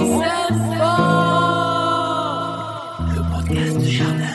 s'aime fort. Le podcast du jardin.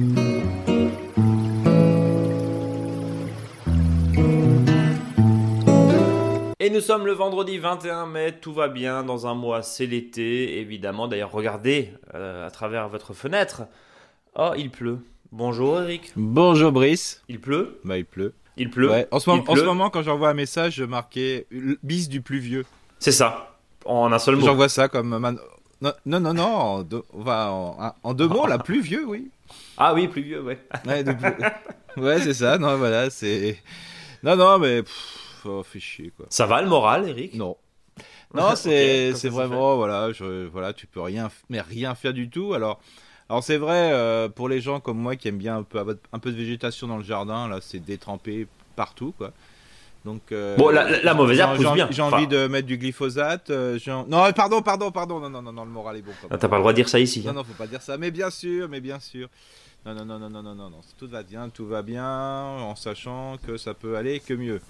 Et nous sommes le vendredi 21 mai, tout va bien, dans un mois c'est l'été, évidemment. D'ailleurs, regardez à travers votre fenêtre. Oh, il pleut. Bonjour Eric. Bonjour Brice. Il pleut ? Bah il pleut. Il pleut. Ouais. En ce moment, quand j'envoie un message, je marquais bis du pluvieux. C'est ça, en un seul mot. J'envoie ça comme... Non, en deux mots, la pluvieux, oui. Ah oui, pluvieux, ouais. Ouais, c'est ça, non, voilà, c'est... Non, mais... fait chier, quoi. Ça va le moral, Eric ? Non, c'est vraiment, fait. voilà, tu peux rien faire du tout. Alors c'est vrai, pour les gens comme moi qui aiment bien un peu de végétation dans le jardin, là, c'est détrempé partout, quoi. Donc, bon, la mauvaise herbe pousse bien. J'ai envie de mettre du glyphosate. Non, pardon, non, le moral est bon. T'as pas le droit de dire ça ici. Non, faut pas dire ça, mais bien sûr. Non, tout va bien, en sachant que ça peut aller que mieux.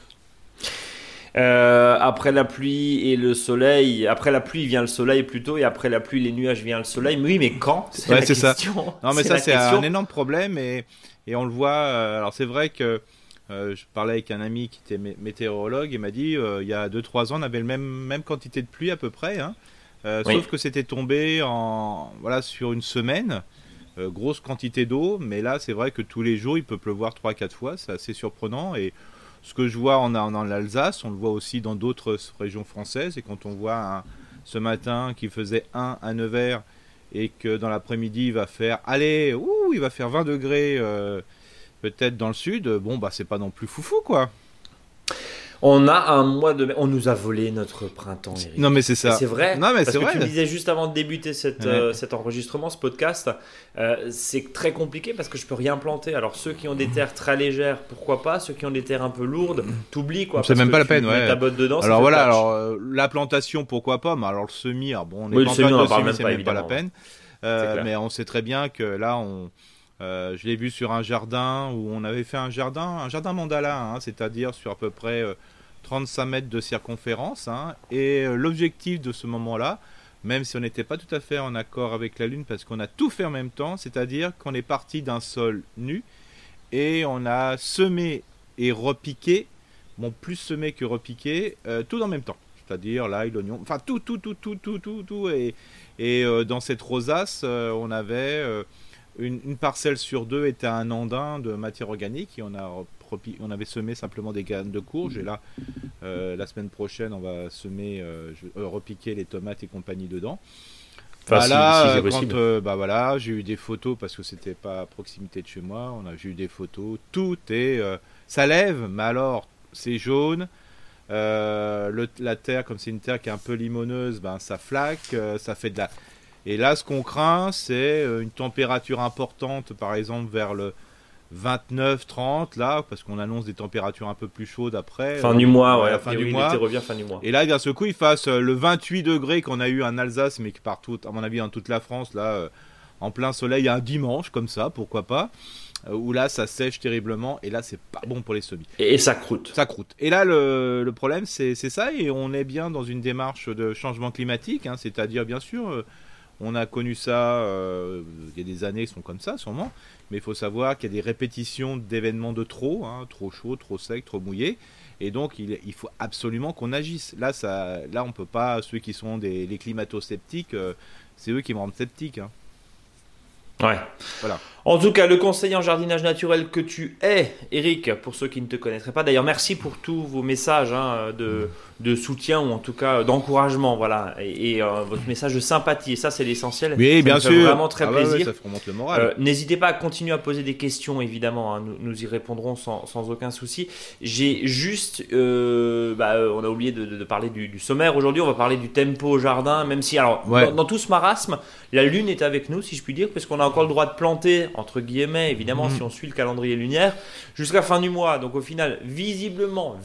Après la pluie et le soleil, après la pluie vient le soleil plutôt, et après la pluie les nuages vient le soleil. Mais oui, mais quand ? C'est la question. Ça. Non, mais c'est un énorme problème et on le voit. Alors c'est vrai que je parlais avec un ami qui était météorologue et m'a dit il y a 2-3 ans on avait le même quantité de pluie à peu près, hein, oui. Sauf que c'était tombé sur une semaine. Grosse quantité d'eau, mais là c'est vrai que tous les jours il peut pleuvoir 3-4 fois, c'est assez surprenant. Et ce que je vois en l'Alsace, on le voit aussi dans d'autres régions françaises, et quand on voit ce matin qu'il faisait 1 à Nevers et que dans l'après-midi il va faire 20 degrés peut-être dans le sud, bon bah c'est pas non plus foufou, quoi. On a un mois de mai, on nous a volé notre printemps, Eric. Non mais c'est ça. Et c'est vrai. Non mais parce c'est que vrai. tu me disais juste avant de débuter cet enregistrement, ce podcast, c'est très compliqué parce que je peux rien planter. Alors ceux qui ont des terres très légères, pourquoi pas. Ceux qui ont des terres un peu lourdes, t'oublies, quoi. C'est même pas la peine, mets ta botte dedans. Alors voilà, la plantation pourquoi pas, mais alors le semis, on est pas en période de semis, c'est même pas la peine. Mais on sait très bien que là je l'ai vu sur un jardin où on avait fait un jardin mandala, hein, c'est-à-dire sur à peu près 35 mètres de circonférence, hein, et l'objectif de ce moment-là, même si on n'était pas tout à fait en accord avec la Lune, parce qu'on a tout fait en même temps, c'est-à-dire qu'on est parti d'un sol nu, et on a semé et repiqué, plus semé que repiqué, tout en même temps, c'est-à-dire l'ail, l'oignon, enfin tout, et dans cette rosace, on avait... Une parcelle sur 2 était un andin de matière organique, et on avait semé simplement des graines de courge, et là la semaine prochaine on va semer repiquer les tomates et compagnie dedans. J'ai eu des photos parce que c'était pas à proximité de chez moi, j'ai eu des photos, tout est ça lève, mais alors c'est jaune. La terre, comme c'est une terre qui est un peu limoneuse, ça flaque, ça fait de la... Et là, ce qu'on craint, c'est une température importante, par exemple vers le 29-30, là, parce qu'on annonce des températures un peu plus chaudes après. Fin du mois, ouais. Fin du mois. L'été revient fin du mois. Et là, d'un seul coup, il fasse le 28 degrés qu'on a eu en Alsace, mais que partout, à mon avis, dans toute la France, là, en plein soleil, un dimanche, comme ça, pourquoi pas, où là, ça sèche terriblement, et là, c'est pas bon pour les semis. Et ça croûte. Ça croûte. Et là, le problème, c'est ça, et on est bien dans une démarche de changement climatique, hein, c'est-à-dire, bien sûr... on a connu ça, il y a des années qui sont comme ça sûrement, mais il faut savoir qu'il y a des répétitions d'événements de trop, hein, trop chaud, trop sec, trop mouillé, et donc il faut absolument qu'on agisse. Là on peut pas, ceux qui sont les climato-sceptiques, c'est eux qui me rendent sceptique, hein. Ouais. Voilà. En tout cas, le conseiller en jardinage naturel que tu es, Eric, pour ceux qui ne te connaîtraient pas. D'ailleurs, merci pour tous vos messages de soutien, ou en tout cas d'encouragement, voilà, et votre message de sympathie. Et ça, c'est l'essentiel. Oui, bien sûr. Ça fait vraiment très plaisir. Ouais, ça remonte le moral. N'hésitez pas à continuer à poser des questions, évidemment, hein, nous y répondrons sans aucun souci. J'ai juste, on a oublié de parler du sommaire. Aujourd'hui, on va parler du tempo au jardin, même si, alors, dans tout ce marasme, la Lune est avec nous, si je puis dire, parce qu'on a encore le droit de planter, entre guillemets, évidemment, si on suit le calendrier lunaire, jusqu'à fin du mois. Donc au final, visiblement,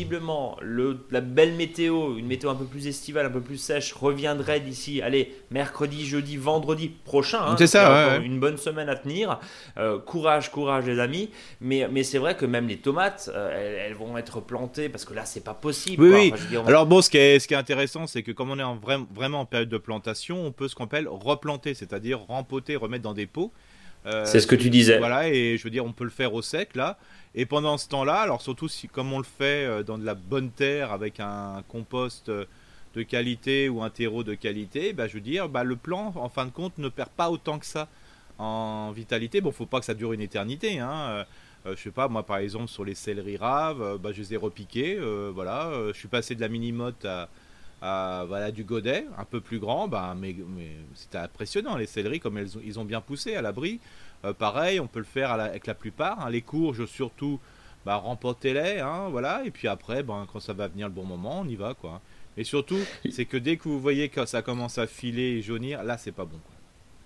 la belle météo, une météo un peu plus estivale, un peu plus sèche, reviendrait d'ici, mercredi, jeudi, vendredi prochain. C'est ça, une bonne semaine à tenir. Courage les amis. Mais c'est vrai que même les tomates, elles vont être plantées parce que là, c'est pas possible. Oui. Enfin, alors bon, ce qui est intéressant, c'est que comme on est vraiment en période de plantation, on peut ce qu'on appelle replanter, c'est-à-dire rempoter, remettre dans des pots. C'est ce que tu disais. Voilà, et je veux dire, on peut le faire au sec là. Et pendant ce temps-là, alors surtout comme on le fait dans de la bonne terre avec un compost de qualité ou un terreau de qualité, je veux dire, le plant, en fin de compte, ne perd pas autant que ça en vitalité. Bon, faut pas que ça dure une éternité, hein. Je sais pas, moi par exemple sur les céleris raves, je les ai repiqués, voilà. Je suis passé de la mini-motte à du godet, un peu plus grand, mais c'était impressionnant les céleris comme ils ont bien poussé à l'abri. Pareil, on peut le faire avec la plupart, hein. Les courges surtout, remportez-les, hein, voilà. Et puis après, quand ça va venir le bon moment, on y va, quoi. Et surtout, c'est que dès que vous voyez que ça commence à filer et jaunir, là c'est pas bon, quoi.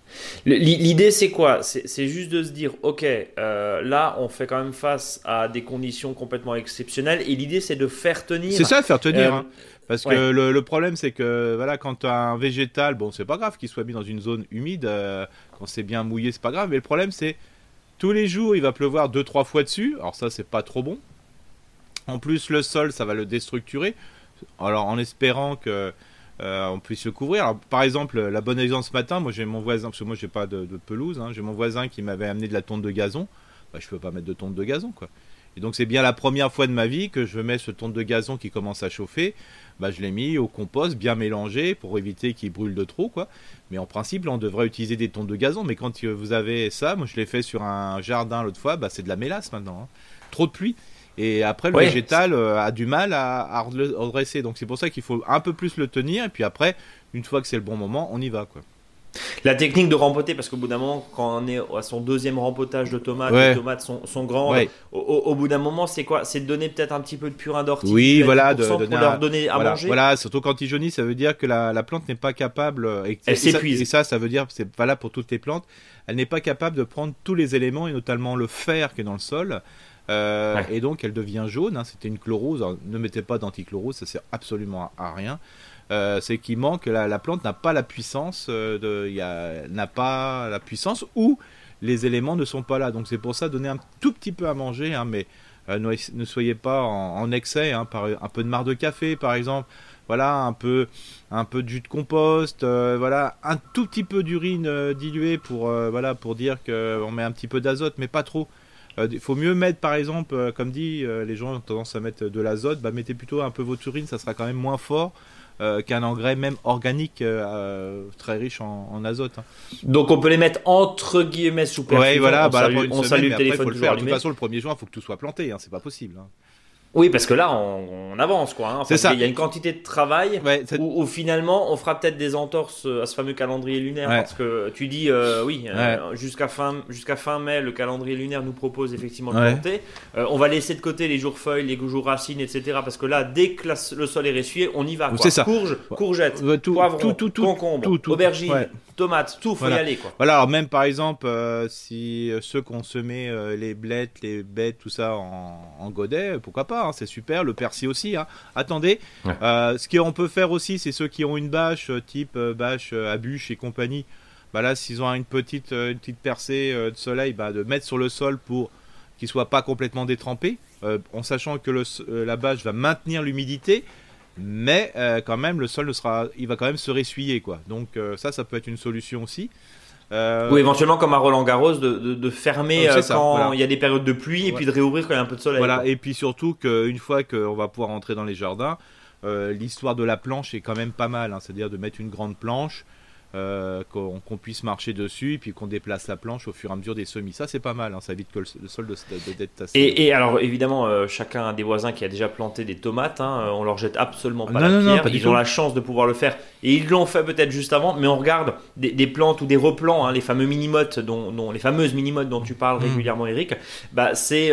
L'idée c'est quoi ? C'est juste de se dire ok, là on fait quand même face à des conditions complètement exceptionnelles et l'idée c'est de faire tenir. C'est ça, faire tenir, hein. Parce que le problème c'est que voilà, quand tu as un végétal, bon c'est pas grave qu'il soit mis dans une zone humide, quand c'est bien mouillé c'est pas grave, mais le problème c'est tous les jours il va pleuvoir 2-3 fois dessus, alors ça c'est pas trop bon. En plus le sol ça va le déstructurer, alors en espérant que on puisse le couvrir. Alors, par exemple, la bonne exemple ce matin, moi j'ai mon voisin, parce que moi j'ai pas de pelouse, hein, j'ai mon voisin qui m'avait amené de la tonte de gazon. Je peux pas mettre de tonte de gazon, quoi. Et donc c'est bien la première fois de ma vie que je mets ce tonte de gazon qui commence à chauffer. Je l'ai mis au compost, bien mélangé pour éviter qu'il brûle de trop, quoi. Mais en principe, là, on devrait utiliser des tontes de gazon. Mais quand vous avez ça, moi je l'ai fait sur un jardin l'autre fois, c'est de la mélasse maintenant, hein. Trop de pluie. Et après, le végétal a du mal à redresser. Donc, c'est pour ça qu'il faut un peu plus le tenir. Et puis après, une fois que c'est le bon moment, on y va, quoi. La technique de rempoter, parce qu'au bout d'un moment, quand on est à son deuxième rempotage de tomates, les tomates sont grandes. Au bout d'un moment, c'est quoi ? C'est de donner peut-être un petit peu de purin d'ortie. Oui, voilà, pour leur donner à manger. Voilà, surtout quand il jaunit, ça veut dire que la plante n'est pas capable. Elle s'épuise. Et ça veut dire, c'est valable pour toutes les plantes, elle n'est pas capable de prendre tous les éléments, et notamment le fer qui est dans le sol. Et donc elle devient jaune, hein. C'était une chlorose. Alors, ne mettez pas d'antichlorose, ça sert absolument à rien. C'est qu'il manque, la plante n'a pas la puissance, n'a pas la puissance ou les éléments ne sont pas là. Donc c'est pour ça, donner un tout petit peu à manger, hein, mais ne soyez pas en excès, hein, par un peu de marc de café par exemple. Voilà, un peu de jus de compost, voilà, un tout petit peu d'urine diluée pour dire qu'on met un petit peu d'azote, mais pas trop. Il faut mieux mettre, par exemple, comme dit, les gens ont tendance à mettre de l'azote, mettez plutôt un peu votre urine, ça sera quand même moins fort qu'un engrais même organique très riche en azote, hein. Donc on peut les mettre entre guillemets sous perfusion. Ouais, voilà, on salue le téléphone faut le faire. De toute façon, le 1er juin, il faut que tout soit planté, hein, c'est pas possible, hein. Oui, parce que là, on avance, quoi. Hein. C'est ça. Il y a une quantité de travail où finalement, on fera peut-être des entorses à ce fameux calendrier lunaire. Parce que tu dis, jusqu'à fin mai, le calendrier lunaire nous propose effectivement de planter. On va laisser de côté les jours feuilles, les jours racines, etc. Parce que là, dès que le sol est ressuyé, on y va, quoi. C'est ça. Courgettes, poivrons, concombre, aubergines, tomates, tout, faut y aller, quoi. Voilà, alors même par exemple, si ceux qui ont semé les blettes, les bêtes, tout ça en godet, pourquoi pas, hein, c'est super, le persil aussi, hein. Attendez, ce qu'on peut faire aussi, c'est ceux qui ont une bâche, type bâche à bûche et compagnie, là s'ils ont une petite percée de soleil, de mettre sur le sol pour qu'il soit pas complètement détrempé, en sachant que la bâche va maintenir l'humidité, mais quand même le sol il va quand même se ressuyer, quoi. Donc ça peut être une solution aussi. Ou éventuellement comme à Roland Garros de fermer quand il y a des périodes de pluie et puis de réouvrir quand il y a un peu de soleil. Voilà, et puis surtout qu'une fois qu'on va pouvoir entrer dans les jardins, l'histoire de la planche est quand même pas mal, hein. C'est-à-dire de mettre une grande planche, qu'on puisse marcher dessus et puis qu'on déplace la planche au fur et à mesure des semis. Ça c'est pas mal, hein. Ça évite que le sol d'être tassé. Et alors évidemment, chacun a des voisins qui a déjà planté des tomates, hein. On leur jette absolument pas la pierre. Ils ont la chance de pouvoir le faire et ils l'ont fait peut-être juste avant, mais on regarde des plantes ou des replants, hein, les fameux mini-mottes les fameuses mini-mottes dont tu parles régulièrement, Eric. C'est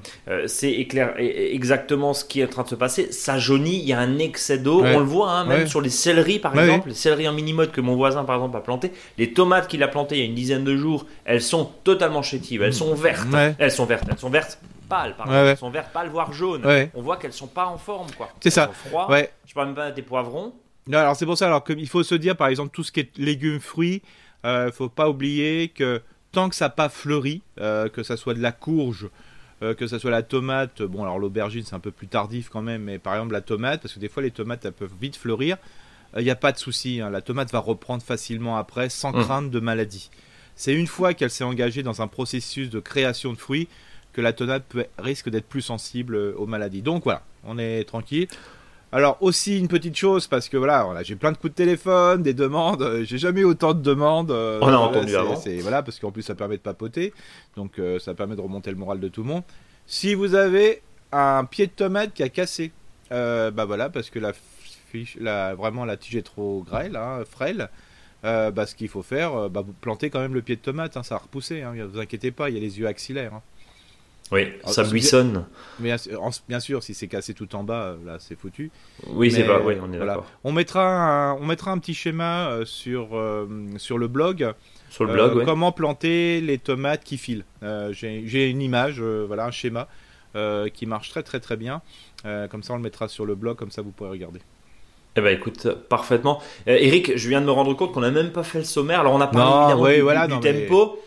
exactement ce qui est en train de se passer. Ça jaunit, il y a un excès d'eau, on le voit, hein, même sur les céleris par exemple, les céleris en mini-motte que mon voisin voisin par exemple a planté. Les tomates qu'il a plantées il y a une dizaine de jours, elles sont totalement chétives, elles sont vertes. Ouais. Elles sont vertes pâles, pardon. Ouais. Elles sont vertes pâles, voire jaunes. Ouais. On voit qu'elles sont pas en forme, quoi. C'est ça. Elles sont froides. Ouais. Je parle même pas des poivrons. Non, alors c'est pour ça, alors il faut se dire par exemple tout ce qui est légumes, fruits, faut pas oublier que tant que ça n'a pas fleuri, que ça soit de la courge, que ça soit la tomate, bon alors l'aubergine c'est un peu plus tardif quand même, mais par exemple la tomate, parce que des fois les tomates elles peuvent vite fleurir, il n'y a pas de souci, hein, la tomate va reprendre facilement après sans crainte de maladie. C'est une fois qu'elle s'est engagée dans un processus de création de fruits que la tomate risque d'être plus sensible aux maladies. Donc voilà, on est tranquille. Alors aussi une petite chose, parce que voilà, j'ai plein de coups de téléphone, des demandes, j'ai jamais eu autant de demandes. On a entendu avant. Voilà, parce qu'en plus ça permet de papoter, donc ça permet de remonter le moral de tout le monde. Si vous avez un pied de tomate qui a cassé, bah voilà, parce que vraiment la tige est trop grêle, hein, frêle, bah ce qu'il faut faire, bah vous plantez quand même le pied de tomate, hein, ça va repousser, hein, vous inquiétez pas, il y a les yeux axillaires. Hein. Oui, ça buissonne. Mais bien sûr, si c'est cassé tout en bas, là, c'est foutu. Oui, mais, c'est pas. Oui, on est d'accord. On mettra un petit schéma sur le blog. Sur le blog, oui. Comment planter les tomates qui filent. J'ai une image, voilà, un schéma qui marche très très très bien. Comme ça, on le mettra sur le blog, comme ça vous pourrez regarder. Eh ben écoute, parfaitement. Eric, je viens de me rendre compte qu'on n'a même pas fait le sommaire. Alors on a parlé évidemment du tempo.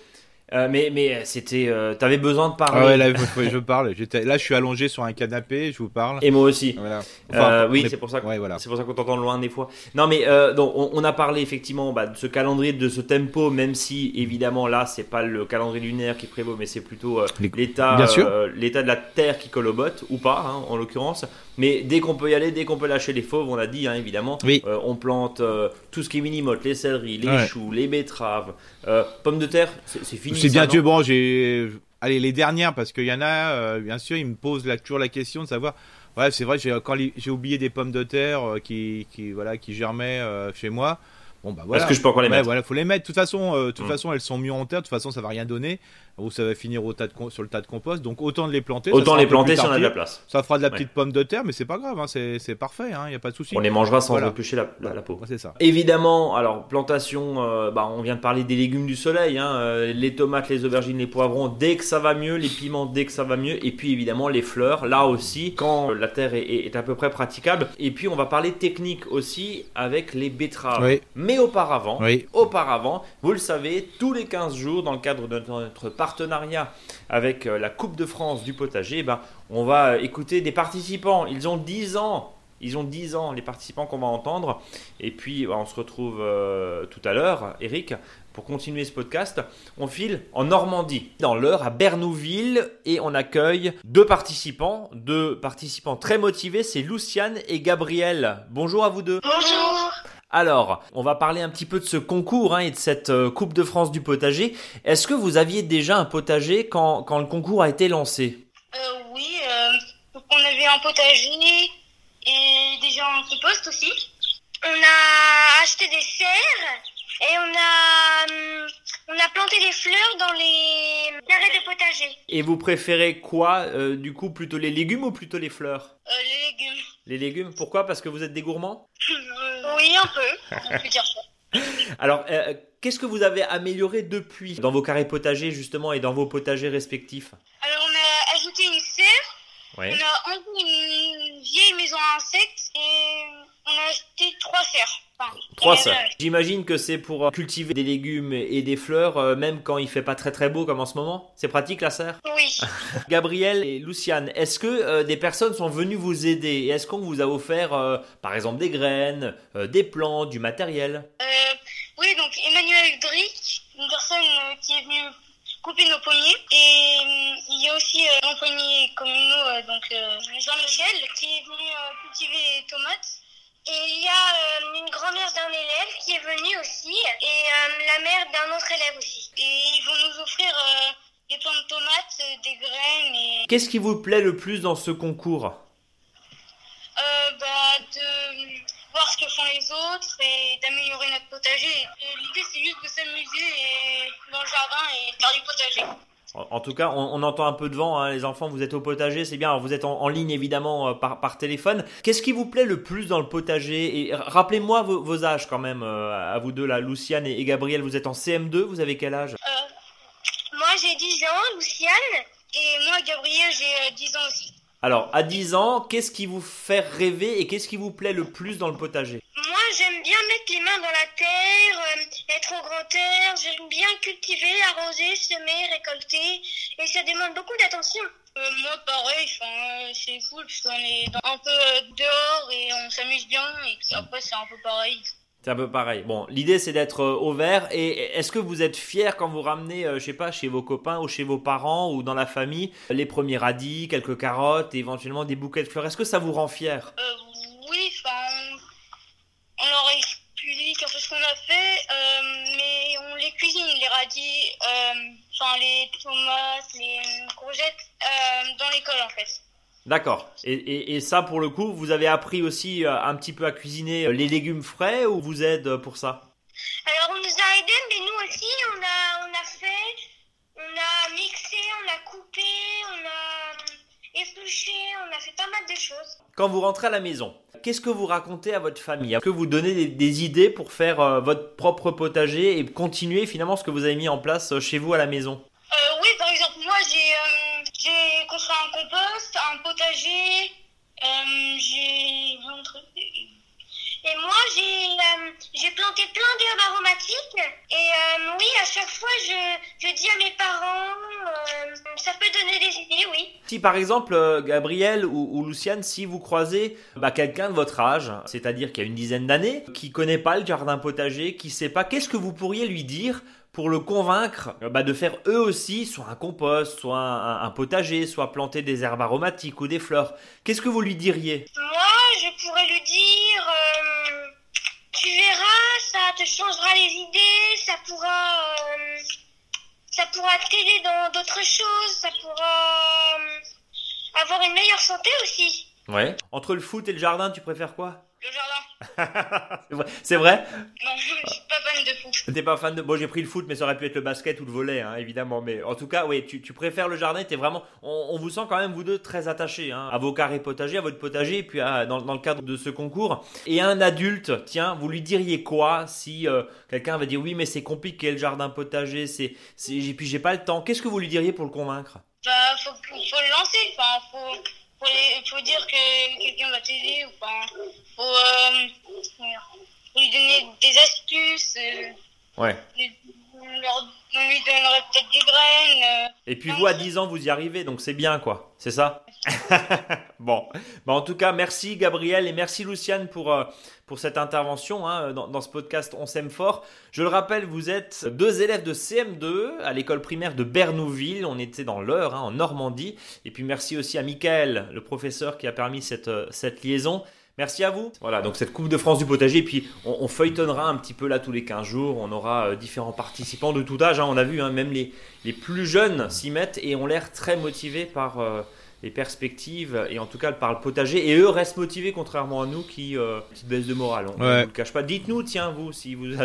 Mais c'était. T'avais besoin de parler. Ah ouais, là, je parle. Là, je suis allongé sur un canapé, je vous parle. Et moi aussi. Voilà. Oui, c'est pour ça. C'est pour ça qu'on t'entend loin des fois. Non, mais donc, on a parlé effectivement de ce calendrier, de ce tempo, même si évidemment là, c'est pas le calendrier lunaire qui prévaut, mais c'est plutôt l'état de la terre qui colle aux bottes ou pas, hein, en l'occurrence. Mais dès qu'on peut y aller, dès qu'on peut lâcher les fauves, on a dit, hein, évidemment, on plante tout ce qui est minimote, les céleris, les choux, les betteraves, pommes de terre, c'est fini. C'est bien Dieu, bon, allez, les dernières, parce qu'il y en a, bien sûr, ils me posent toujours la question de savoir, ouais, c'est vrai, j'ai oublié des pommes de terre qui germaient chez moi. Bon, bah voilà. Est-ce que je peux encore les mettre ? Voilà, faut les mettre. De toute façon, elles sont mieux en terre. De toute façon, ça va rien donner. Ou ça va finir sur le tas de compost. Donc autant de les planter. Autant les planter si on a de la place. Ça fera de la petite pomme de terre, mais c'est pas grave. Hein, c'est parfait. Il y a pas de souci. On les mangera sans éplucher la peau. C'est ça. Évidemment, alors plantation. On vient de parler des légumes du soleil. Hein, les tomates, les aubergines, les poivrons. Dès que ça va mieux, les piments. Dès que ça va mieux. Et puis évidemment les fleurs. Là aussi, quand la terre est à peu près praticable. Et puis on va parler technique aussi avec les betteraves. Oui. Mais auparavant, vous le savez, tous les 15 jours, dans le cadre de notre partenariat avec la Coupe de France du potager, on va écouter des participants. Ils ont 10 ans, les participants qu'on va entendre. Et puis, on se retrouve tout à l'heure, Eric, pour continuer ce podcast. On file en Normandie, dans l'Eure, à Bernouville, et on accueille deux participants très motivés. C'est Luciane et Gabriel. Bonjour à vous deux. Bonjour. Alors, on va parler un petit peu de ce concours et de cette Coupe de France du potager. Est-ce que vous aviez déjà un potager quand le concours a été lancé ? Oui, donc on avait un potager et déjà un compost aussi. On a acheté des serres et on a planté des fleurs dans les carrés de potager. Et vous préférez quoi, du coup, plutôt les légumes ou plutôt les fleurs ? Les légumes. Les légumes, pourquoi ? Parce que vous êtes des gourmands ? Oui, un peu, on peut dire ça. Alors, qu'est-ce que vous avez amélioré depuis dans vos carrés potagers justement et dans vos potagers respectifs ? Alors, on a ajouté une serre, on a enlevé une vieille maison à insectes et on a acheté 3 serres. Enfin, 3 serres. J'imagine que c'est pour cultiver des légumes et des fleurs, même quand il fait pas très très beau comme en ce moment. C'est pratique la serre ? Oui. Gabriel et Luciane, est-ce que des personnes sont venues vous aider ? Et est-ce qu'on vous a offert, par exemple, des graines, des plantes, du matériel ? Oui, donc Emmanuel Dric, une personne qui est venue couper nos pommiers. Et il y a aussi un pommier communaux, donc Jean-Michel, qui est venu cultiver les tomates. Et il y a une grand-mère d'un élève qui est venue aussi, et la mère d'un autre élève aussi. Et ils vont nous offrir des plants de tomates, des graines et... Qu'est-ce qui vous plaît le plus dans ce concours ? De voir ce que font les autres et d'améliorer notre potager. Et l'idée, c'est juste de s'amuser dans le jardin et faire du potager. En tout cas, on entend un peu de vent, hein, les enfants, vous êtes au potager, c'est bien. Alors, vous êtes en ligne évidemment par téléphone. Qu'est-ce qui vous plaît le plus dans le potager? Et rappelez-moi vos âges quand même, à vous deux, là, Luciane et Gabriel. Vous êtes en CM2, vous avez quel âge? Moi j'ai 10 ans, Luciane, et moi Gabriel j'ai 10 ans aussi. Alors, à 10 ans, qu'est-ce qui vous fait rêver et qu'est-ce qui vous plaît le plus dans le potager? Moi, j'aime bien mettre les mains dans la terre, être au grand air. J'aime bien cultiver, arroser, semer, récolter. Et ça demande beaucoup d'attention. Moi, pareil, c'est cool parce qu'on est un peu dehors et on s'amuse bien. Et puis après, c'est un peu pareil. C'est un peu pareil. Bon, l'idée c'est d'être au vert. Et est-ce que vous êtes fiers quand vous ramenez, je sais pas, chez vos copains ou chez vos parents ou dans la famille, les premiers radis, quelques carottes et éventuellement des bouquets de fleurs? Est-ce que ça vous rend fier? Oui, on leur explique un peu ce qu'on a fait, mais on les cuisine, les radis, les tomates, les courgettes, dans l'école en fait. D'accord. Et ça, pour le coup, vous avez appris aussi un petit peu à cuisiner les légumes frais ou vous aide pour ça? Alors, on nous a aidés, mais nous aussi, on a fait, on a mixé, on a coupé, on a épluché, on a fait pas mal de choses. Quand vous rentrez à la maison, qu'est-ce que vous racontez à votre famille? Est-ce que vous donnez des idées pour faire votre propre potager et continuer finalement ce que vous avez mis en place chez vous à la maison? Oui, par exemple, moi, j'ai construit un compost, un potager, j'ai un truc. Et moi, j'ai planté plein d'herbes aromatiques. Et oui, à chaque fois, je dis à mes parents, ça peut donner des idées, oui. Si par exemple, Gabriel ou Luciane, si vous croisez quelqu'un de votre âge, c'est-à-dire qui a une dizaine d'années, qui connaît pas le jardin potager, qui sait pas, qu'est-ce que vous pourriez lui dire pour le convaincre de faire eux aussi soit un compost, soit un potager, soit planter des herbes aromatiques ou des fleurs? Qu'est-ce que vous lui diriez? Moi, je pourrais lui dire, tu verras, ça te changera les idées, ça pourra t'aider dans d'autres choses, ça pourra avoir une meilleure santé aussi. Ouais. Entre le foot et le jardin, tu préfères quoi? Le jardin. C'est vrai? Non, je suis pas fan de foot. T'es pas fan de... Bon, j'ai pris le foot, mais ça aurait pu être le basket ou le volley, hein, évidemment. Mais en tout cas, oui, tu préfères le jardin. T'es vraiment... On vous sent quand même, vous deux, très attachés à vos carrés potagers, à votre potager, et puis dans le cadre de ce concours. Et un adulte, tiens, vous lui diriez quoi si quelqu'un va dire oui, mais c'est compliqué le jardin potager, et puis j'ai pas le temps. Qu'est-ce que vous lui diriez pour le convaincre? Faut le lancer, faut dire que quelqu'un va t'aider, faut lui donner des astuces. Ouais. On lui donnerait peut-être des graines. Et puis vous, à 10 ans, vous y arrivez, donc c'est bien, quoi. C'est ça? Bon. En tout cas, merci Gabriel et merci Luciane pour cette intervention dans ce podcast On s'aime fort. Je le rappelle, vous êtes deux élèves de CM2 à l'école primaire de Bernouville. On était dans l'Eure, en Normandie. Et puis merci aussi à Michael, le professeur qui a permis cette liaison. Merci à vous. Voilà, donc cette Coupe de France du potager, puis on feuilletonnera un petit peu là tous les 15 jours, on aura différents participants de tout âge, on a vu, même les plus jeunes s'y mettent et ont l'air très motivés par les perspectives et en tout cas par le potager, et eux restent motivés contrairement à nous qui petite baisse de morale, on ne vous le cache pas. Dites-nous, tiens, vous, si vous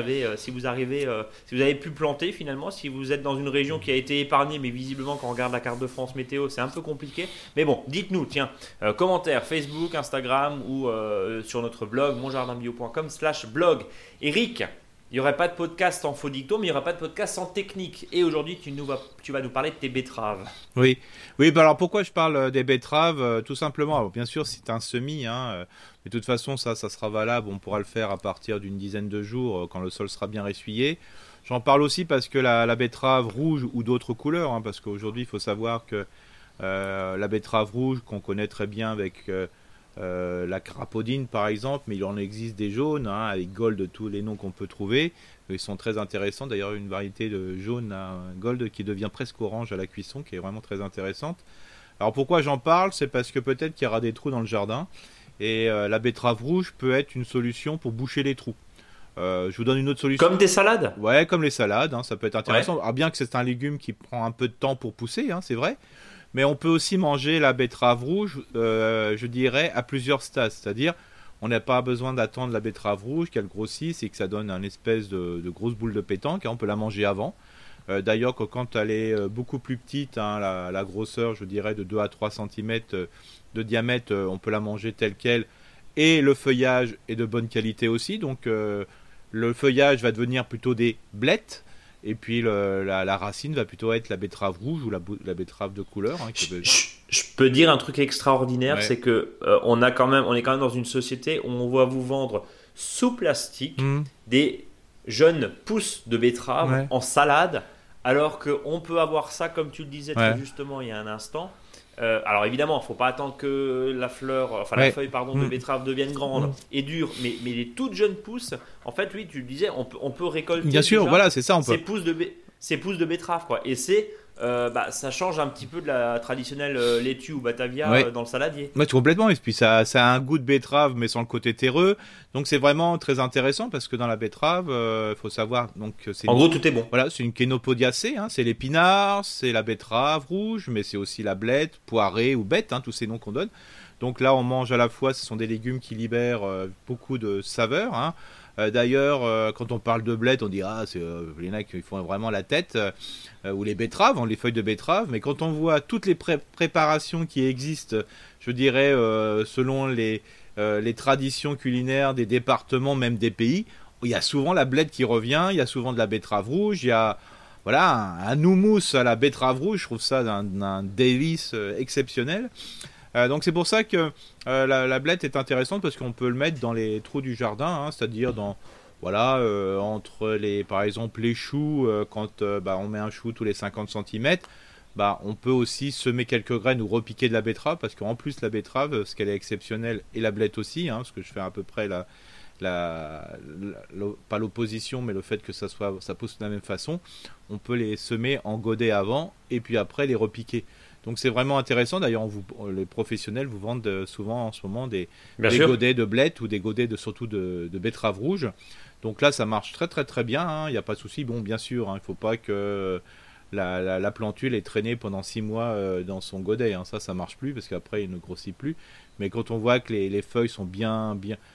avez pu planter finalement, si vous êtes dans une région qui a été épargnée, mais visiblement quand on regarde la carte de France météo, c'est un peu compliqué, mais bon, dites-nous, tiens, commentaires Facebook, Instagram ou sur notre blog monjardinbio.com/blog. Eric, il n'y aurait pas de podcast en faux dicto, mais il n'y aurait pas de podcast sans technique. Et aujourd'hui, tu vas nous parler de tes betteraves. Oui. Alors pourquoi je parle des betteraves? Tout simplement, alors, bien sûr, c'est un semis. Mais de toute façon, ça sera valable. On pourra le faire à partir d'une dizaine de jours quand le sol sera bien essuyé. J'en parle aussi parce que la betterave rouge ou d'autres couleurs, parce qu'aujourd'hui, il faut savoir que la betterave rouge, qu'on connaît très bien avec... la crapaudine par exemple, mais il en existe des jaunes avec gold, tous les noms qu'on peut trouver, ils sont très intéressants. D'ailleurs, une variété de jaune gold qui devient presque orange à la cuisson, qui est vraiment très intéressante. Alors pourquoi j'en parle? C'est parce que peut-être qu'il y aura des trous dans le jardin et la betterave rouge peut être une solution pour boucher les trous. Je vous donne une autre solution. Comme des salades? Ouais, comme les salades, ça peut être intéressant. Ouais. Alors bien que c'est un légume qui prend un peu de temps pour pousser, c'est vrai. Mais on peut aussi manger la betterave rouge, je dirais, à plusieurs stades. C'est-à-dire, on n'a pas besoin d'attendre la betterave rouge, qu'elle grossisse et que ça donne une espèce de grosse boule de pétanque. On peut la manger avant. D'ailleurs, quand elle est beaucoup plus petite, la grosseur, je dirais, de 2 à 3 cm de diamètre, on peut la manger telle qu'elle. Et le feuillage est de bonne qualité aussi. Donc, le feuillage va devenir plutôt des blettes. Et puis, la racine va plutôt être la betterave rouge ou la betterave de couleur. Je peux dire un truc extraordinaire, c'est que on est quand même dans une société où on va vous vendre sous plastique des jeunes pousses de betterave en salade, alors qu'on peut avoir ça, comme tu le disais très justement il y a un instant. Alors évidemment, il ne faut pas attendre que la feuille de betterave devienne grande et dure, mais les toutes jeunes pousses, en fait, oui, tu le disais, on peut récolter. Bien sûr, voilà, c'est ça. Ces pousses de betterave, quoi. Et ça change un petit peu de la traditionnelle laitue ou batavia dans le saladier. Ouais, complètement. Et puis ça a un goût de betterave, mais sans le côté terreux. Donc c'est vraiment très intéressant parce que dans la betterave, faut savoir. Donc en gros, tout est bon. Voilà, c'est une Chenopodiacée. C'est l'épinard, c'est la betterave rouge, mais c'est aussi la blette, poirée ou bête, tous ces noms qu'on donne. Donc là, on mange à la fois. Ce sont des légumes qui libèrent beaucoup de saveurs. D'ailleurs, quand on parle de blette, on dit c'est les mecs qui font vraiment la tête, ou les betteraves, les feuilles de betterave. Mais quand on voit toutes les préparations qui existent, je dirais selon les traditions culinaires des départements, même des pays, il y a souvent la blette qui revient, il y a souvent de la betterave rouge, il y a un houmous à la betterave rouge. Je trouve ça d'un délice exceptionnel. Donc c'est pour ça que la blette est intéressante parce qu'on peut le mettre dans les trous du jardin, c'est-à-dire entre par exemple les choux, quand on met un chou tous les 50 cm, on peut aussi semer quelques graines ou repiquer de la betterave, parce qu'en plus la betterave, ce qu'elle est exceptionnelle, et la blette aussi, parce que je fais à peu près pas l'opposition, mais le fait que ça pousse de la même façon, on peut les semer en godet avant et puis après les repiquer. Donc c'est vraiment intéressant. D'ailleurs, les professionnels vous vendent souvent en ce moment des godets de blettes ou des godets surtout de betterave rouge. Donc là, ça marche très très très bien. Il n'y a pas de souci. Bon, bien sûr, il ne faut pas que la plantule ait traîné pendant 6 mois dans son godet. Ça marche plus parce qu'après, il ne grossit plus. Mais quand on voit que les feuilles sont bien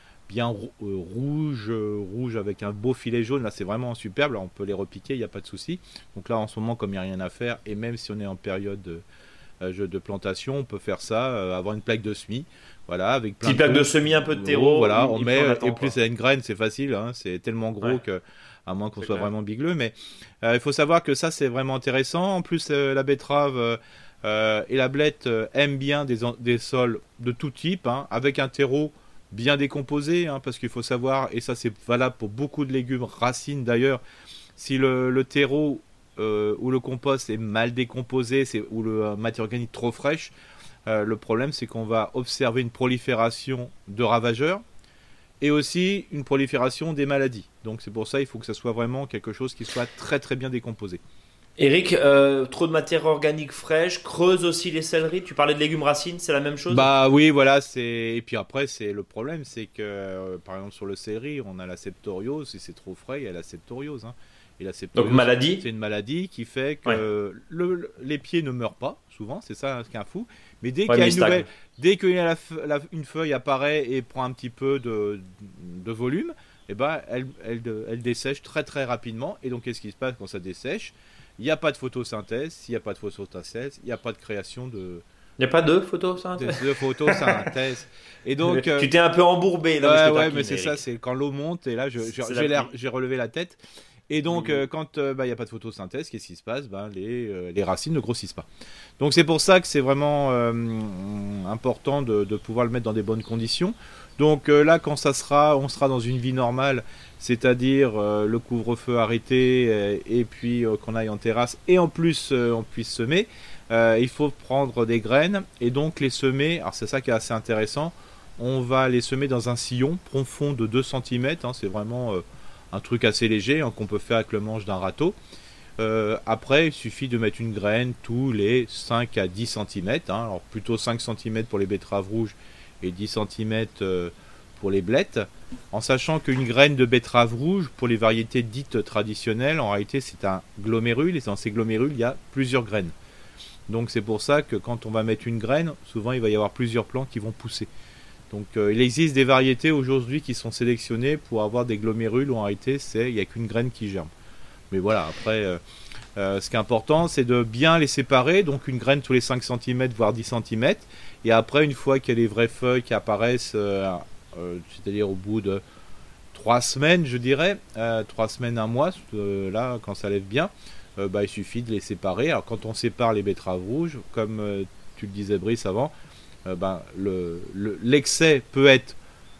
rouge avec un beau filet jaune, là c'est vraiment superbe. Là, on peut les repiquer, il n'y a pas de souci. Donc là, en ce moment, comme il n'y a rien à faire, et même si on est en période de plantation, on peut faire ça, avoir une plaque de semis, avec plein petite plaque de semis, un peu de terreau, on met, et plus c'est une graine, c'est facile, c'est tellement gros que, à moins qu'on soit vraiment bigleux, mais il faut savoir que ça c'est vraiment intéressant. En plus la betterave et la blette aiment bien des sols de tout type, avec un terreau bien décomposé, parce qu'il faut savoir, et ça c'est valable pour beaucoup de légumes, racines d'ailleurs, si le terreau ou le compost est mal décomposé, ou le matière organique trop fraîche, le problème c'est qu'on va observer une prolifération de ravageurs et aussi une prolifération des maladies. Donc c'est pour ça il faut que ça soit vraiment quelque chose qui soit très très bien décomposé. Eric, trop de matière organique fraîche, creuse aussi les céleris. Tu parlais de légumes racines, c'est la même chose ? Oui, voilà. Et puis après, le problème, c'est que par exemple sur le céleri, on a la septoriose. Si c'est trop frais, il y a la septoriose. Et la septoriose, donc maladie. C'est une maladie qui fait que les pieds ne meurent pas. Souvent, c'est ça ce qui est un fou. Mais dès qu'une feuille apparaît et prend un petit peu de volume, elle dessèche très très rapidement. Et donc, qu'est-ce qui se passe quand ça dessèche ? Il n'y a pas de photosynthèse. S'il n'y a pas de photosynthèse, il n'y a pas de création de... Il n'y a pas de photosynthèse. De photosynthèse. Et donc, tu t'es un peu embourbé là. Mais c'est ça, c'est quand l'eau monte et là j'ai relevé la tête. Et donc quand il n'y a pas de photosynthèse, qu'est-ce qui se passe ? Les racines ne grossissent pas. Donc c'est pour ça que c'est vraiment important de pouvoir le mettre dans des bonnes conditions. Donc là, quand on sera dans une vie normale, c'est-à-dire le couvre-feu arrêté et puis qu'on aille en terrasse et en plus on puisse semer, il faut prendre des graines et donc les semer. Alors c'est ça qui est assez intéressant. On va les semer dans un sillon profond de 2 cm. C'est vraiment un truc assez léger qu'on peut faire avec le manche d'un râteau. Après, il suffit de mettre une graine tous les 5 à 10 cm. Alors plutôt 5 cm pour les betteraves rouges et 10 cm pour les blettes, en sachant qu'une graine de betterave rouge, pour les variétés dites traditionnelles, en réalité c'est un glomérule, et dans ces glomérules il y a plusieurs graines. Donc c'est pour ça que quand on va mettre une graine, souvent il va y avoir plusieurs plants qui vont pousser. Donc il existe des variétés aujourd'hui qui sont sélectionnées pour avoir des glomérules où en réalité il n'y a qu'une graine qui germe. Mais voilà, après, ce qui est important, c'est de bien les séparer. Donc une graine tous les 5 cm, voire 10 cm. Et après, une fois qu'il y a les vraies feuilles qui apparaissent, c'est-à-dire au bout de 3 semaines, je dirais, 3 semaines, 1 mois, là, quand ça lève bien, il suffit de les séparer. Alors quand on sépare les betteraves rouges, comme tu le disais Brice avant, l'excès peut être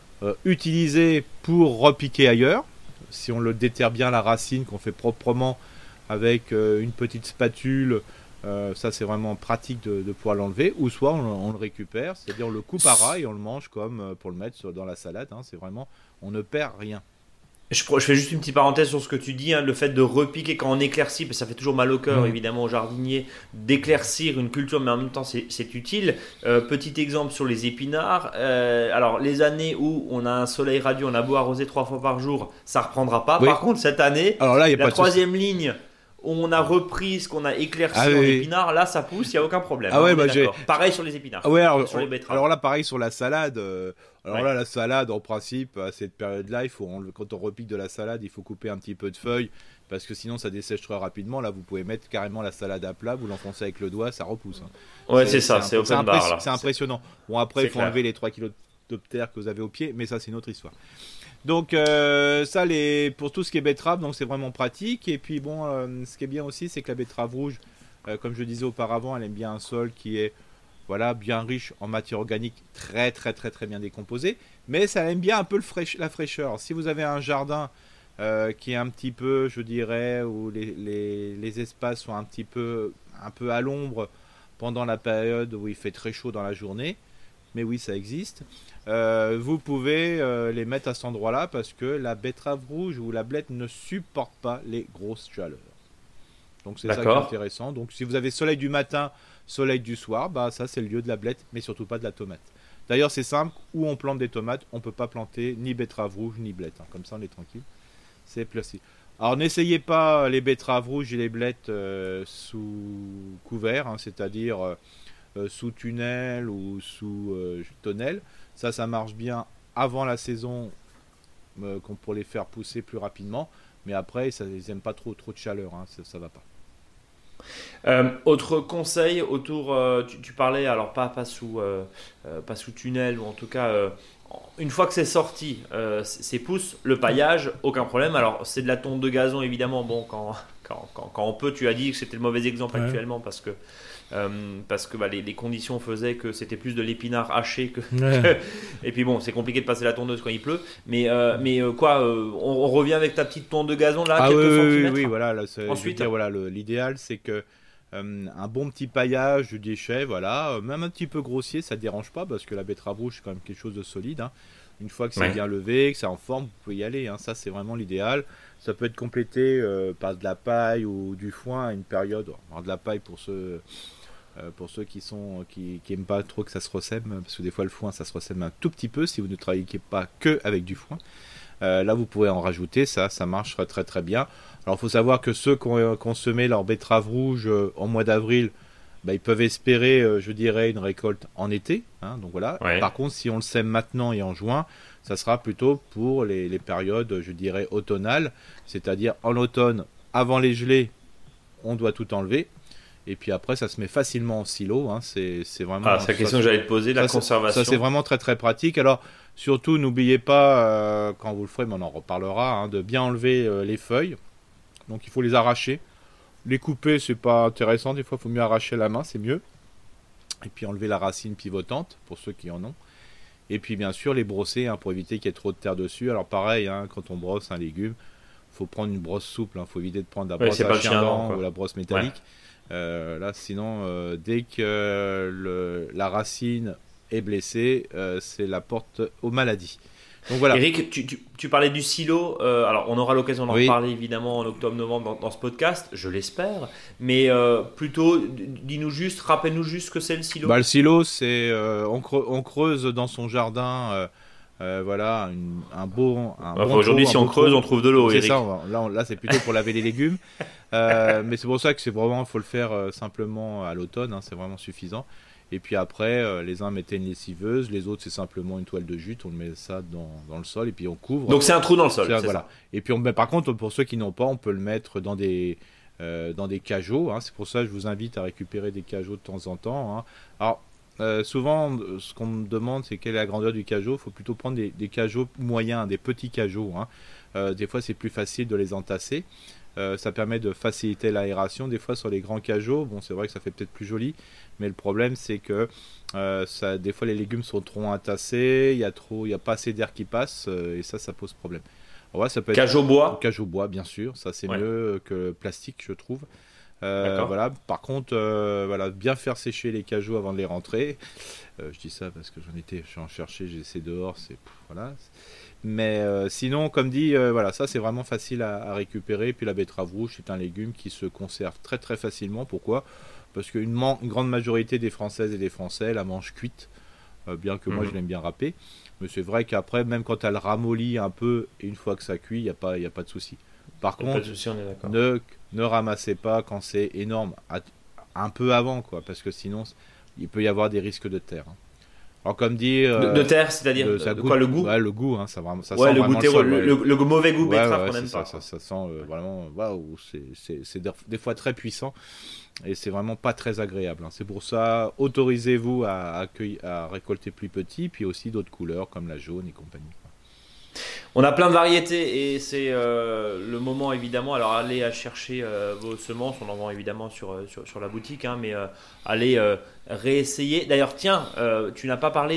utilisé pour repiquer ailleurs. Si on le déterre bien la racine, qu'on fait proprement avec une petite spatule, ça c'est vraiment pratique de pouvoir l'enlever. Ou soit on le récupère, c'est-à-dire on le coupe à ras et on le mange comme pour le mettre dans la salade. C'est vraiment, on ne perd rien. Je fais juste une petite parenthèse sur ce que tu dis, le fait de repiquer quand on éclaircit, parce que ça fait toujours mal au cœur évidemment au jardinier d'éclaircir une culture, mais en même temps c'est utile. Petit exemple sur les épinards, alors les années où on a un soleil radieux, on a beau arroser 3 fois par jour, ça reprendra pas. Oui. Par contre cette année, alors là, la troisième ligne, on a repris ce qu'on a éclairci en épinards, là ça pousse, il n'y a aucun problème. Pareil sur les épinards, sur les betteraves. Alors là pareil sur la salade, là la salade en principe à cette période-là, quand on repique de la salade, il faut couper un petit peu de feuilles parce que sinon ça dessèche très rapidement. Là vous pouvez mettre carrément la salade à plat, vous l'enfoncez avec le doigt, ça repousse. Ouais c'est open bar là. C'est impressionnant. Bon après il faut enlever les 3 kiloptères que vous avez au pied, mais ça c'est une autre histoire. Donc ça pour tout ce qui est betterave, donc c'est vraiment pratique. Et puis bon, ce qui est bien aussi, c'est que la betterave rouge, comme je disais auparavant, elle aime bien un sol qui est bien riche en matière organique, très très très très bien décomposée, mais ça aime bien un peu la fraîcheur. Alors, si vous avez un jardin qui est un petit peu, je dirais, où les espaces sont un peu à l'ombre pendant la période où il fait très chaud dans la journée, mais oui ça existe, vous pouvez les mettre à cet endroit-là parce que la betterave rouge ou la blette ne supporte pas les grosses chaleurs. Donc c'est ça qui est intéressant. Donc si vous avez soleil du matin, soleil du soir, ça c'est le lieu de la blette, mais surtout pas de la tomate. D'ailleurs c'est simple, où on plante des tomates, on peut pas planter ni betterave rouge ni blette. Comme ça on est tranquille. C'est placé. Alors n'essayez pas les betteraves rouges et les blettes sous couvert, c'est-à-dire sous tunnel ou sous tonnelle. Ça marche bien avant la saison pour les faire pousser plus rapidement, mais après ils n'aiment pas trop de chaleur, ça va pas. Autre conseil autour, tu parlais, alors pas sous tunnel, ou en tout cas une fois que c'est sorti, c'est pousse, le paillage, aucun problème. Alors c'est de la tonte de gazon évidemment, bon quand on peut, tu as dit que c'était le mauvais exemple actuellement parce que les conditions faisaient que c'était plus de l'épinard haché que et puis bon c'est compliqué de passer la tondeuse quand il pleut, mais on revient avec ta petite tonte de gazon là, quelques centimètres. Oui, voilà, là, ensuite l'idéal c'est que un bon petit paillage de déchets, même un petit peu grossier, ça ne dérange pas parce que la betterave rouge c'est quand même quelque chose de solide. Une fois que c'est bien levé, que c'est en forme, vous pouvez y aller. Ça c'est vraiment l'idéal. Ça peut être complété par de la paille ou du foin à une période. Alors, de la paille pour ceux qui aiment pas trop que ça se ressème, parce que des fois le foin ça se ressème un tout petit peu si vous ne travaillez pas que avec du foin. Là vous pourrez en rajouter, ça marche très très très bien. Alors il faut savoir que ceux qui ont semé leur betterave rouge en mois d'avril, ils peuvent espérer, je dirais, une récolte en été. Donc voilà. Ouais. Par contre, si on le sème maintenant et en juin, ça sera plutôt pour les périodes, je dirais, automnales. C'est-à-dire en automne, avant les gelées, on doit tout enlever. Et puis après, ça se met facilement en silo. C'est vraiment. C'est la question que j'allais te poser, la conservation. Ça, c'est vraiment très très pratique. Alors, surtout, n'oubliez pas, quand vous le ferez, mais on en reparlera, de bien enlever les feuilles. Donc, il faut les arracher. Les couper, c'est pas intéressant. Des fois, il faut mieux arracher la main, c'est mieux. Et puis enlever la racine pivotante, pour ceux qui en ont. Et puis, bien sûr, les brosser pour éviter qu'il y ait trop de terre dessus. Alors, pareil, quand on brosse un légume, il faut prendre une brosse souple. Il faut éviter de prendre la brosse à chien-dent ou la brosse métallique. Là, sinon, dès que la racine est blessée, c'est la porte aux maladies. Donc voilà. Eric, tu parlais du silo. Alors, on aura l'occasion d'en reparler évidemment en octobre-novembre dans ce podcast, je l'espère. Mais plutôt, rappelle-nous juste ce que c'est le silo. Le silo, c'est on creuse dans son jardin. Un bon aujourd'hui, si on creuse, on trouve de l'eau. C'est Eric. Ça. Là, c'est plutôt pour laver les légumes. Mais c'est pour ça que c'est vraiment, faut le faire simplement à l'automne. C'est vraiment suffisant. Et puis après, les uns mettaient une lessiveuse, les autres c'est simplement une toile de jute, on met ça dans le sol et puis on couvre. Donc c'est un trou dans le sol, c'est voilà. Ça. Et puis par contre, pour ceux qui n'ont pas, on peut le mettre dans des cajots. Hein. C'est pour ça que je vous invite à récupérer des cajots de temps en temps. Hein. Alors souvent, ce qu'on me demande, c'est quelle est la grandeur du cajot. Il faut plutôt prendre des cajots moyens, des petits cajots. Hein. Des fois, c'est plus facile de les entasser. Ça permet de faciliter l'aération. Des fois, sur les grands cajots, bon, c'est vrai que ça fait peut-être plus joli, mais le problème, c'est que des fois, les légumes sont trop entassés, il y a pas assez d'air qui passe, et ça pose problème. Alors, ouais, ça peut être cajot bois, bien sûr. Ça, c'est mieux que le plastique, je trouve. Voilà. Par contre, bien faire sécher les cajots avant de les rentrer. Je dis ça parce que j'en cherchais, j'ai essayé dehors, voilà. Mais sinon, comme dit, ça c'est vraiment facile à récupérer. Puis la betterave rouge, c'est un légume qui se conserve très très facilement. Pourquoi ? Parce qu'une grande majorité des Françaises et des Français la mangent cuite, bien que moi je l'aime bien râpée. Mais c'est vrai qu'après, même quand elle ramollit un peu, et une fois que ça cuit, il n'y a pas de souci. Par contre, ne ramassez pas quand c'est énorme, un peu avant, quoi, parce que sinon il peut y avoir des risques de terre. Hein. Alors comme dit de terre, c'est-à-dire quoi, le goût? Ouais, le goût, hein, ça sent le vraiment le mauvais goût betterave qu'on n'aime pas. Ça sent vraiment, waouh, c'est des fois très puissant et c'est vraiment pas très agréable. Hein. C'est pour ça, autorisez-vous à récolter plus petit, puis aussi d'autres couleurs comme la jaune et compagnie. On a plein de variétés et c'est le moment évidemment. Alors allez à chercher vos semences, on en vend évidemment sur la boutique, hein, mais allez réessayer. D'ailleurs tiens, tu n'as pas parlé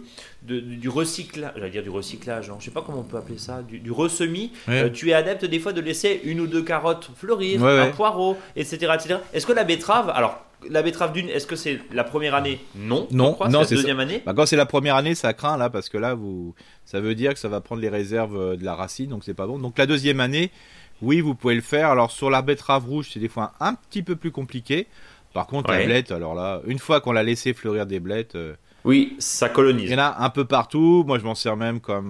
du recyclage, j'allais dire du recyclage, non, je sais pas comment on peut appeler ça, du ressemis. Ouais. Tu es adepte des fois de laisser une ou deux carottes fleurir, un poireau, etc., etc. Est-ce que la betterave, alors la betterave d'une, est-ce que c'est la première année ? Non, non, c'est la deuxième année. Quand c'est la première année, ça craint là, parce que là, ça veut dire que ça va prendre les réserves de la racine, donc c'est pas bon. Donc la deuxième année, oui, vous pouvez le faire. Alors sur la betterave rouge, c'est des fois un petit peu plus compliqué. Par contre, la blette, alors là, une fois qu'on l'a laissé fleurir des blettes, oui, ça colonise. Il y en a un peu partout. Moi, je m'en sers même comme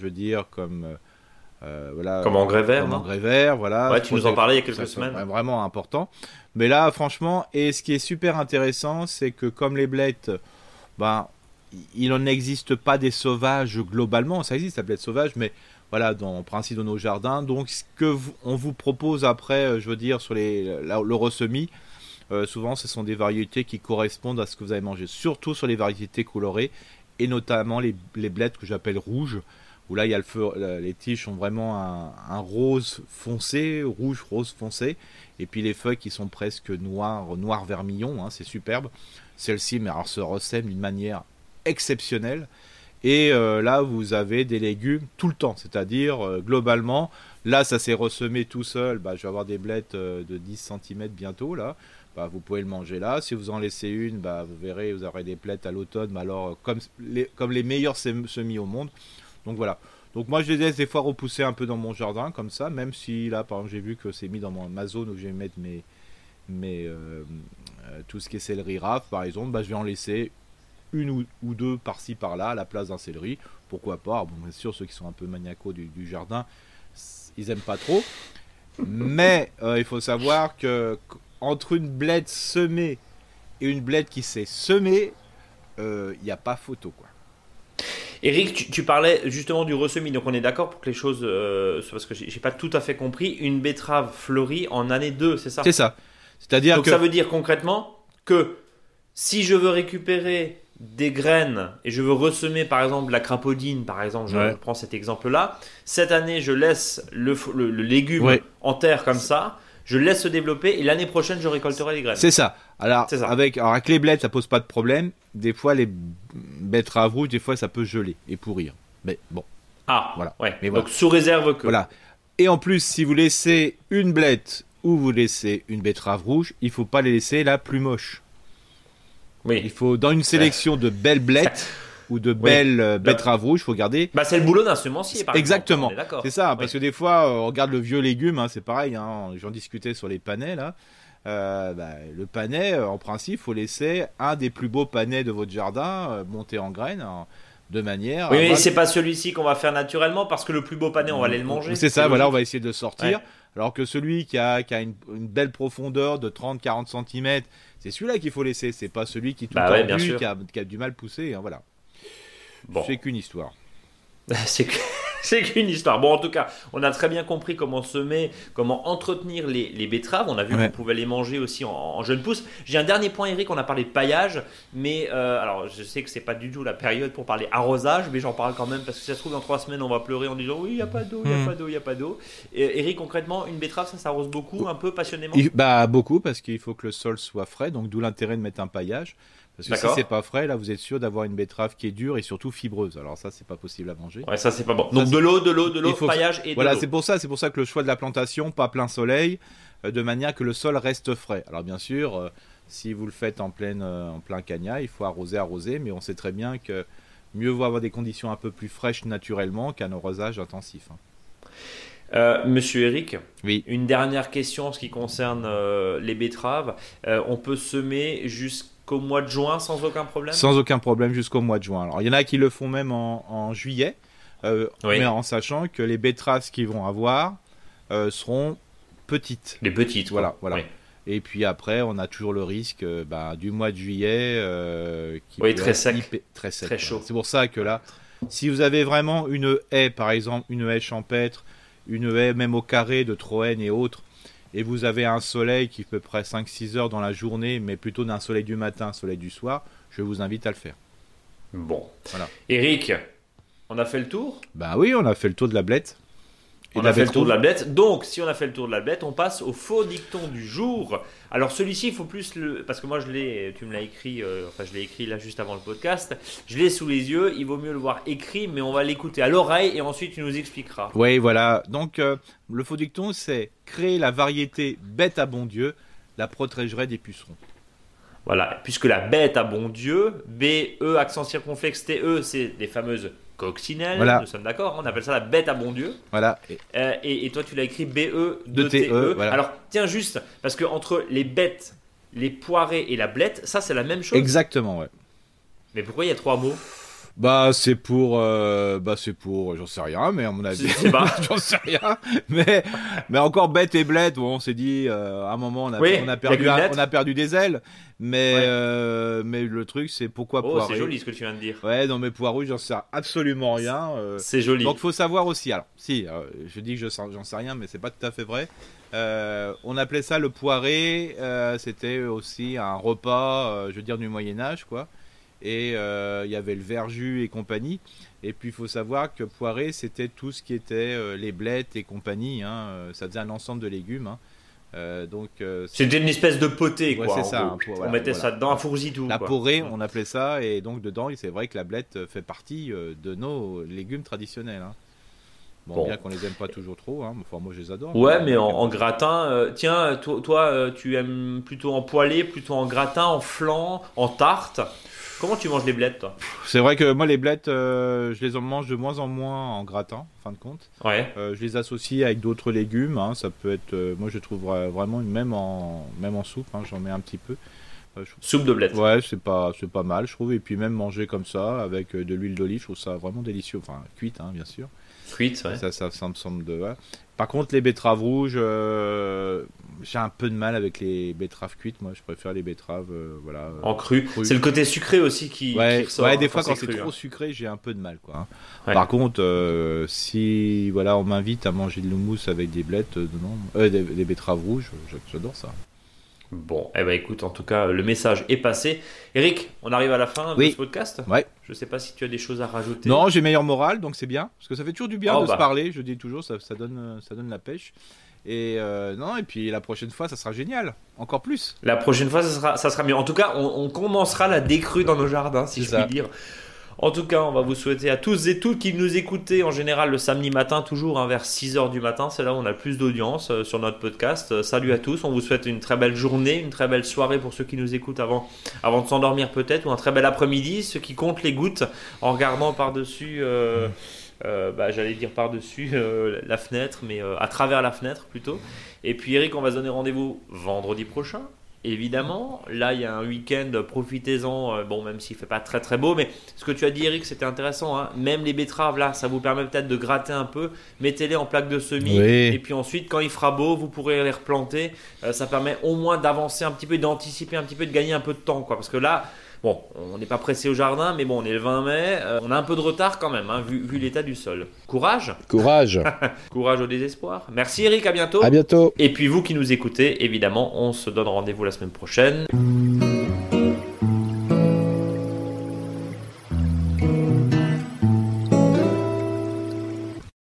engrais vert. Comme engrais vert, voilà. Ouais, tu nous en parlais il y a quelques semaines. C'est vraiment important. Mais là, franchement, et ce qui est super intéressant, c'est que comme les blettes, il n'en existe pas des sauvages globalement. Ça existe, la blette sauvage, mais voilà, en principe dans nos jardins. Donc, ce que on vous propose après, sur le ressemis, souvent, ce sont des variétés qui correspondent à ce que vous avez mangé. Surtout sur les variétés colorées, et notamment les blettes que j'appelle rouges, où là, il y a les tiges ont vraiment un rose foncé, rouge-rose foncé, et puis les feuilles qui sont presque noir vermillon, hein, c'est superbe. Celle-ci, mais alors, se ressème d'une manière exceptionnelle. Et là, vous avez des légumes tout le temps, c'est-à-dire globalement, là, ça s'est ressemé tout seul. Je vais avoir des blettes de 10 cm bientôt, là. Vous pouvez le manger là. Si vous en laissez une, vous verrez, vous aurez des blettes à l'automne, mais alors comme les meilleurs semis au monde. Donc voilà. Donc moi je les laisse des fois repousser un peu dans mon jardin comme ça, même si là par exemple j'ai vu que c'est mis dans ma zone où je vais mettre tout ce qui est céleri rave par exemple, je vais en laisser une ou deux par-ci par-là à la place d'un céleri. Pourquoi pas ? Bon, bien sûr ceux qui sont un peu maniacaux du jardin, ils aiment pas trop. Mais il faut savoir que entre une blette semée et une blette qui s'est semée, il n'y a pas photo, quoi. Eric, tu parlais justement du ressemis, donc on est d'accord pour que les choses, parce que j'ai pas tout à fait compris, une betterave fleurit en année 2, c'est ça ? C'est ça. C'est-à-dire donc ça veut dire concrètement que si je veux récupérer des graines et je veux ressemer par exemple la crapaudine, par exemple, je prends cet exemple-là, cette année je laisse le légume en terre comme ça, je laisse se développer et l'année prochaine je récolterai les graines. C'est ça. Alors avec les blettes ça pose pas de problème. Des fois les betteraves rouges, des fois ça peut geler et pourrir. Mais bon. Voilà. Ouais. Mais donc sous réserve que. Voilà. Et en plus si vous laissez une blette ou vous laissez une betterave rouge, il faut pas les laisser la plus moche. Oui. Il faut dans une sélection de belles blettes ou de belles betteraves rouges, il faut garder. C'est le boulot d'un semencier, par Exactement. exemple. C'est ça, parce que des fois, on regarde le vieux légume, hein, c'est pareil. Hein, j'en discutais sur les panais là. Le panais, en principe, faut laisser un des plus beaux panais de votre jardin monter en graines. de manière. Oui, mais c'est pas celui-ci qu'on va faire naturellement parce que le plus beau pané, on va aller le manger. C'est ça, voilà, on va essayer de le sortir. Ouais. Alors que celui qui a une belle profondeur de 30-40 cm, c'est celui-là qu'il faut laisser. C'est pas celui qui est tout tordu, qui a du mal poussé. Hein, voilà. Bon. C'est qu'une histoire. C'est qu'une histoire. Bon, en tout cas, on a très bien compris comment semer, comment entretenir les betteraves. On a vu qu'on pouvait les manger aussi en jeunes pousses. J'ai un dernier point, Eric. On a parlé de paillage, mais alors je sais que c'est pas du tout la période pour parler arrosage, mais j'en parle quand même parce que si ça se trouve dans 3 semaines, on va pleurer en disant oui, il y a pas d'eau, il y a pas d'eau. Et, Eric, concrètement, une betterave, ça s'arrose beaucoup, un peu passionnément. Beaucoup parce qu'il faut que le sol soit frais, donc d'où l'intérêt de mettre un paillage. Parce que si c'est pas frais, là vous êtes sûr d'avoir une betterave qui est dure et surtout fibreuse. Alors ça c'est pas possible à manger. Ouais, ça c'est pas bon. Donc de l'eau, paillage et de l'eau. C'est pour ça que le choix de la plantation, pas plein soleil, de manière que le sol reste frais. Alors bien sûr, si vous le faites en plein cagnat, il faut arroser, mais on sait très bien que mieux vaut avoir des conditions un peu plus fraîches naturellement qu'un arrosage intensif. Monsieur Eric, oui. Une dernière question en ce qui concerne les betteraves. On peut semer jusqu'au mois de juin sans aucun problème ? Sans aucun problème jusqu'au mois de juin. Alors il y en a qui le font même en juillet, mais en sachant que les betteraves qu'ils vont avoir seront petites. Les petites. Voilà. Oui. Et puis après, on a toujours le risque du mois de juillet qui peut très sec, très sec, très chaud. C'est pour ça que là, si vous avez vraiment une haie, par exemple, une haie champêtre, une haie même au carré de Troène et autres, et vous avez un soleil qui fait près 5-6 heures dans la journée, mais plutôt d'un soleil du matin, soleil du soir, je vous invite à le faire. Bon. Voilà. Eric, on a fait le tour ? Oui, on a fait le tour de la blette. On a fait le tour de la blette. Donc, si on a fait le tour de la blette, on passe au faux dicton du jour. Alors, celui-ci, il faut plus parce que moi, tu me l'as écrit, je l'ai écrit là juste avant le podcast. Je l'ai sous les yeux. Il vaut mieux le voir écrit, mais on va l'écouter à l'oreille et ensuite, tu nous expliqueras. Oui, voilà. Donc, le faux dicton, c'est créer la variété bête à bon Dieu, la protégerait des pucerons. Voilà. Puisque la bête à bon Dieu, B-E, accent circonflexe T-E, c'est les fameuses coccinelle, voilà. Nous sommes d'accord, on appelle ça la bête à bon Dieu. Voilà. Et toi, tu l'as écrit B-E-2-T-E. Voilà. Alors, tiens, juste, parce que entre les bêtes, les poirées et la blette, ça, c'est la même chose. Exactement, ouais. Mais pourquoi il y a 3 mots ? C'est pour, j'en sais rien, mais à mon avis, j'en sais rien. Mais encore bête et blette, bon, on s'est dit, à un moment, on a perdu des ailes. Mais le truc, c'est pourquoi poireau. C'est joli ce que tu viens de dire. Ouais, non, mais poireau, j'en sais absolument rien. C'est joli. Donc, faut savoir aussi. Alors, je dis que j'en sais rien, mais c'est pas tout à fait vrai. On appelait ça le poiré. C'était aussi un repas, du Moyen-Âge, quoi. Et il y avait le verjus et compagnie. Et puis il faut savoir que poiré, c'était tout ce qui était les blettes et compagnie. Ça faisait un ensemble de légumes. C'était une espèce de potée, quoi. C'est ça. On mettait ça dedans, un fourzitou. La porrée, on appelait ça. Et donc dedans, c'est vrai que la blette fait partie de nos légumes traditionnels. Bon, bien qu'on les aime pas toujours trop. Enfin, moi, je les adore. Ouais, mais en gratin. Tiens, toi, tu aimes plutôt en poêlé, plutôt en gratin, en flan, en tarte. Comment tu manges les blettes, toi ? C'est vrai que moi, les blettes, je les mange de moins en moins en gratin, en fin de compte. Ouais. Je les associe avec d'autres légumes. Ça peut être, moi, je trouve vraiment même en soupe. J'en mets un petit peu. Soupe de blettes. Ouais, c'est pas mal, je trouve. Et puis même manger comme ça avec de l'huile d'olive, je trouve ça vraiment délicieux. Enfin, cuite, bien sûr. Cuite, ouais. Ça me semble de. Ouais. Par contre, les betteraves rouges, j'ai un peu de mal avec les betteraves cuites. Moi, je préfère les betteraves, en cru. C'est le côté sucré aussi qui ressort. Ouais, des fois, quand c'est trop sucré, j'ai un peu de mal, quoi. Ouais. Par contre, si on m'invite à manger de l'houmous avec des blettes, des betteraves rouges, j'adore ça. Bon, écoute, en tout cas, le message est passé. Eric, on arrive à la fin de ce podcast. Ouais. Je sais pas si tu as des choses à rajouter. Non, j'ai meilleure morale, donc c'est bien. Parce que ça fait toujours du bien de se parler. Je dis toujours, ça donne la pêche. Et et puis la prochaine fois, ça sera génial. Encore plus. La prochaine fois, ça sera mieux. En tout cas, on commencera la décrue dans nos jardins, si je puis dire. En tout cas, on va vous souhaiter à tous et toutes qui nous écoutez en général le samedi matin, toujours vers 6h du matin. C'est là où on a le plus d'audience sur notre podcast. Salut à tous. On vous souhaite une très belle journée, une très belle soirée pour ceux qui nous écoutent avant de s'endormir peut-être, ou un très bel après-midi. Ceux qui comptent les gouttes en regardant par-dessus... j'allais dire par-dessus la fenêtre, mais à travers la fenêtre plutôt. Et puis Eric, on va se donner rendez-vous vendredi prochain. évidemment. Là, il y a un week-end, profitez-en. Bon, même s'il fait pas très très beau, mais ce que tu as dit, Eric, c'était intéressant. Hein. Même les betteraves, là, ça vous permet peut-être de gratter un peu. Mettez-les en plaque de semis. Oui. Et puis ensuite, quand il fera beau, vous pourrez les replanter. Ça permet au moins d'avancer un petit peu, d'anticiper un petit peu, de gagner un peu de temps, quoi. Parce que là, bon, on n'est pas pressé au jardin, mais bon, on est le 20 mai. On a un peu de retard quand même, hein, vu l'état du sol. Courage. Courage. Courage au désespoir. Merci Eric, à bientôt. À bientôt. Et puis vous qui nous écoutez, évidemment, on se donne rendez-vous la semaine prochaine.